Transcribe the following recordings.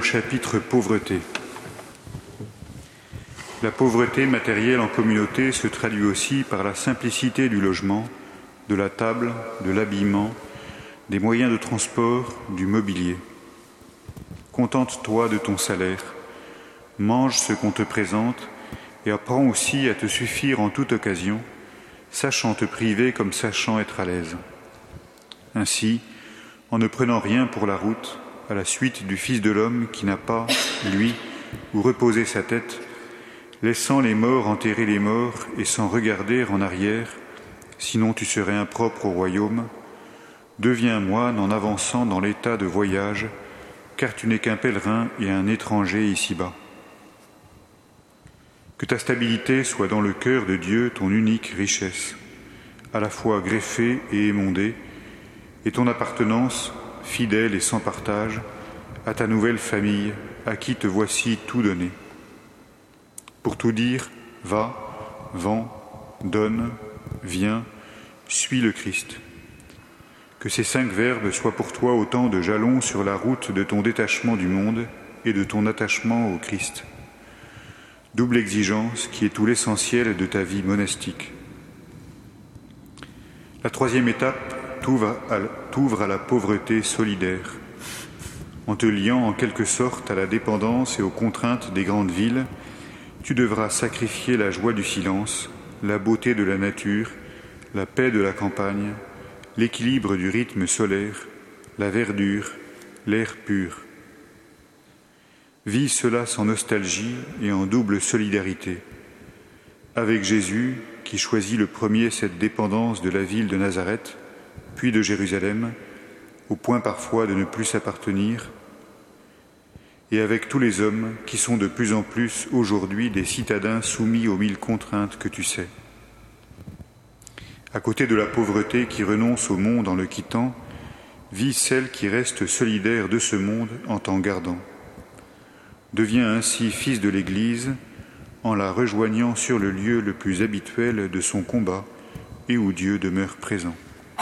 au chapitre pauvreté. La pauvreté matérielle en communauté se traduit aussi par la simplicité du logement, de la table, de l'habillement, des moyens de transport, du mobilier. Contente-toi de ton salaire, mange ce qu'on te présente et apprends aussi à te suffire en toute occasion, sachant te priver comme sachant être à l'aise. Ainsi, en ne prenant rien pour la route, à la suite du Fils de l'homme qui n'a pas, lui, où reposer sa tête, laissant les morts enterrer les morts et sans regarder en arrière, sinon tu serais impropre au royaume, deviens moine en avançant dans l'état de voyage, car tu n'es qu'un pèlerin et un étranger ici-bas. Que ta stabilité soit dans le cœur de Dieu ton unique richesse, à la fois greffée et émondée, et ton appartenance, fidèle et sans partage, à ta nouvelle famille, à qui te voici tout donné. Pour tout dire, va, vends, donne, viens, suis le Christ. Que ces 5 verbes soient pour toi autant de jalons sur la route de ton détachement du monde et de ton attachement au Christ. Double exigence qui est tout l'essentiel de ta vie monastique. La 3e étape t'ouvre à la pauvreté solidaire. En te liant en quelque sorte à la dépendance et aux contraintes des grandes villes, tu devras sacrifier la joie du silence, la beauté de la nature, la paix de la campagne, l'équilibre du rythme solaire, la verdure, l'air pur. Vis cela sans nostalgie et en double solidarité. Avec Jésus, qui choisit le premier cette dépendance de la ville de Nazareth, puis de Jérusalem, au point parfois de ne plus s'appartenir, et avec tous les hommes qui sont de plus en plus aujourd'hui des citadins soumis aux 1000 contraintes que tu sais. À côté de la pauvreté qui renonce au monde en le quittant, vis celle qui reste solidaire de ce monde en t'en gardant. Deviens ainsi fils de l'Église en la rejoignant sur le lieu le plus habituel de son combat et où Dieu demeure présent.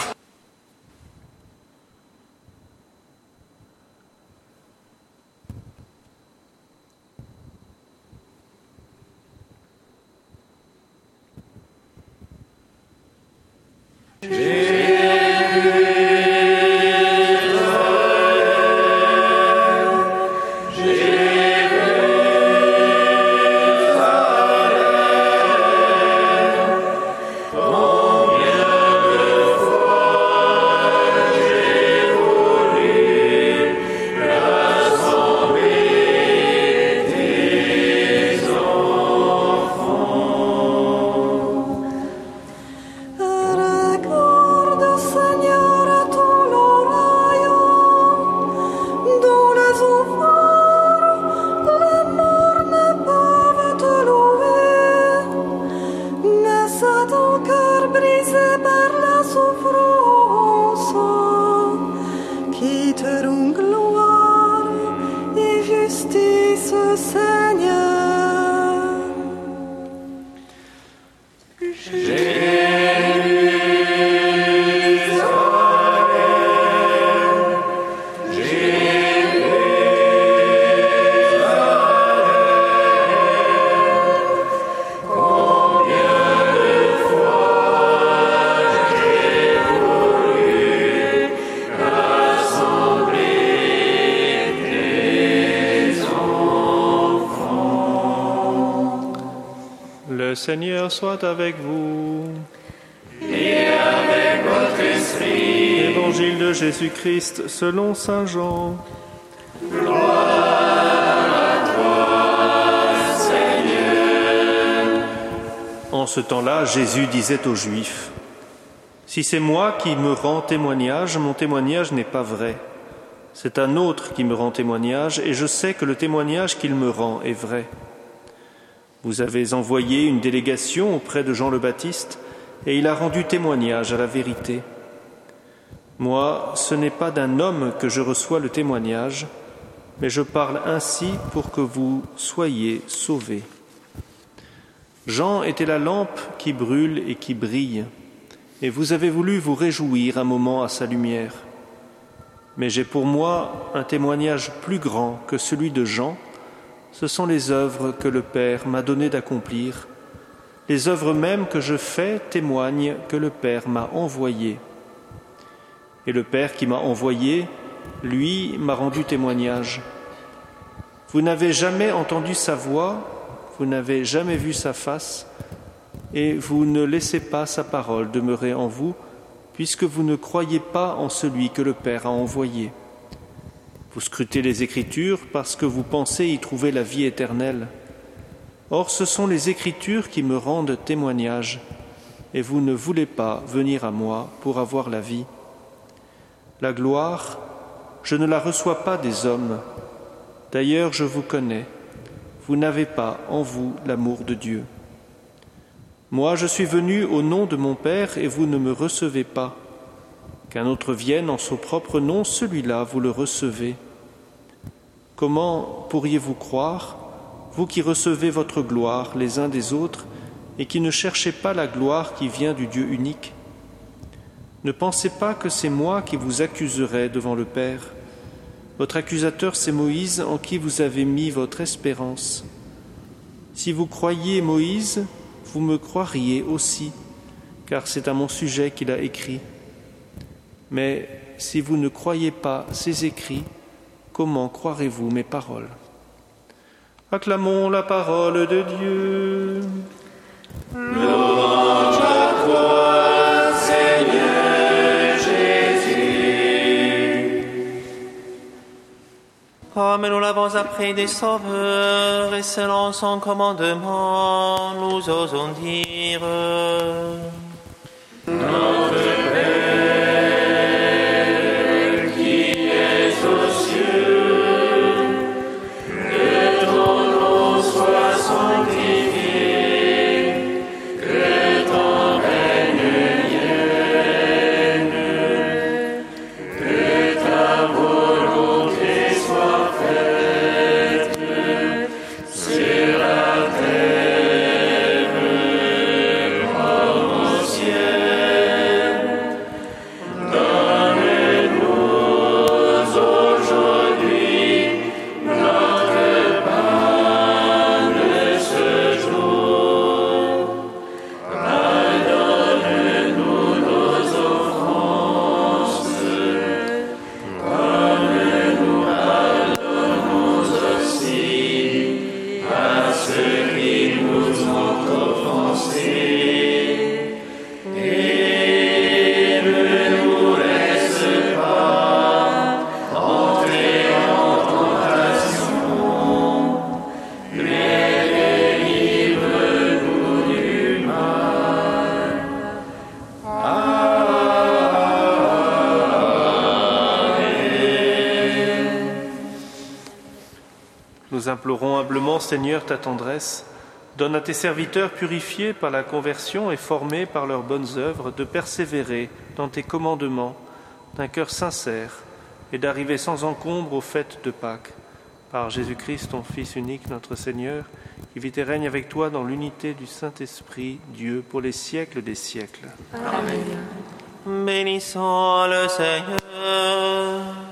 Le Seigneur soit avec vous. Et avec votre esprit. Évangile de Jésus-Christ selon saint Jean. Gloire à toi, Seigneur. En ce temps-là, Jésus disait aux Juifs : Si c'est moi qui me rends témoignage, mon témoignage n'est pas vrai. C'est un autre qui me rend témoignage, et je sais que le témoignage qu'il me rend est vrai. Vous avez envoyé une délégation auprès de Jean le Baptiste, et il a rendu témoignage à la vérité. Moi, ce n'est pas d'un homme que je reçois le témoignage, mais je parle ainsi pour que vous soyez sauvés. Jean était la lampe qui brûle et qui brille, et vous avez voulu vous réjouir un moment à sa lumière. Mais j'ai pour moi un témoignage plus grand que celui de Jean. Ce sont les œuvres que le Père m'a donné d'accomplir. Les œuvres mêmes que je fais témoignent que le Père m'a envoyé. Et le Père qui m'a envoyé, lui, m'a rendu témoignage. Vous n'avez jamais entendu sa voix, vous n'avez jamais vu sa face, et vous ne laissez pas sa parole demeurer en vous, puisque vous ne croyez pas en celui que le Père a envoyé. Vous scrutez les Écritures parce que vous pensez y trouver la vie éternelle. Or, ce sont les Écritures qui me rendent témoignage, et vous ne voulez pas venir à moi pour avoir la vie. La gloire, je ne la reçois pas des hommes. D'ailleurs, je vous connais. Vous n'avez pas en vous l'amour de Dieu. Moi, je suis venu au nom de mon Père et vous ne me recevez pas. Qu'un autre vienne en son propre nom, celui-là, vous le recevez. Comment pourriez-vous croire, vous qui recevez votre gloire les uns des autres et qui ne cherchez pas la gloire qui vient du Dieu unique? Ne pensez pas que c'est moi qui vous accuserai devant le Père. Votre accusateur, c'est Moïse, en qui vous avez mis votre espérance. Si vous croyiez Moïse, vous me croiriez aussi, car c'est à mon sujet qu'il a écrit. Mais si vous ne croyez pas ces écrits, comment croirez-vous mes paroles? Acclamons la parole de Dieu. Louange à toi, Seigneur Jésus. Comme nous l'avons appris des Sauveurs et selon son commandement, nous osons dire: Notre Père qui es aux cieux, que ton nom soit sanctifié, que ton règne vienne, que ta volonté soit faite sur la terre comme au ciel. Donne-nous aujourd'hui notre pain de ce jour. Pardonne-nous nos offenses, comme nous pardonnons aussi à ceux qui nous ont offensés. Et ne nous laisse pas entrer en tentation, mais délivre-nous du mal. Amen. Nous implorons humblement, Seigneur, ta tendresse. Donne à tes serviteurs purifiés par la conversion et formés par leurs bonnes œuvres de persévérer dans tes commandements d'un cœur sincère et d'arriver sans encombre aux fêtes de Pâques. Par Jésus-Christ, ton Fils unique, notre Seigneur, qui vit et règne avec toi dans l'unité du Saint-Esprit, Dieu, pour les siècles des siècles. bénissons le Seigneur.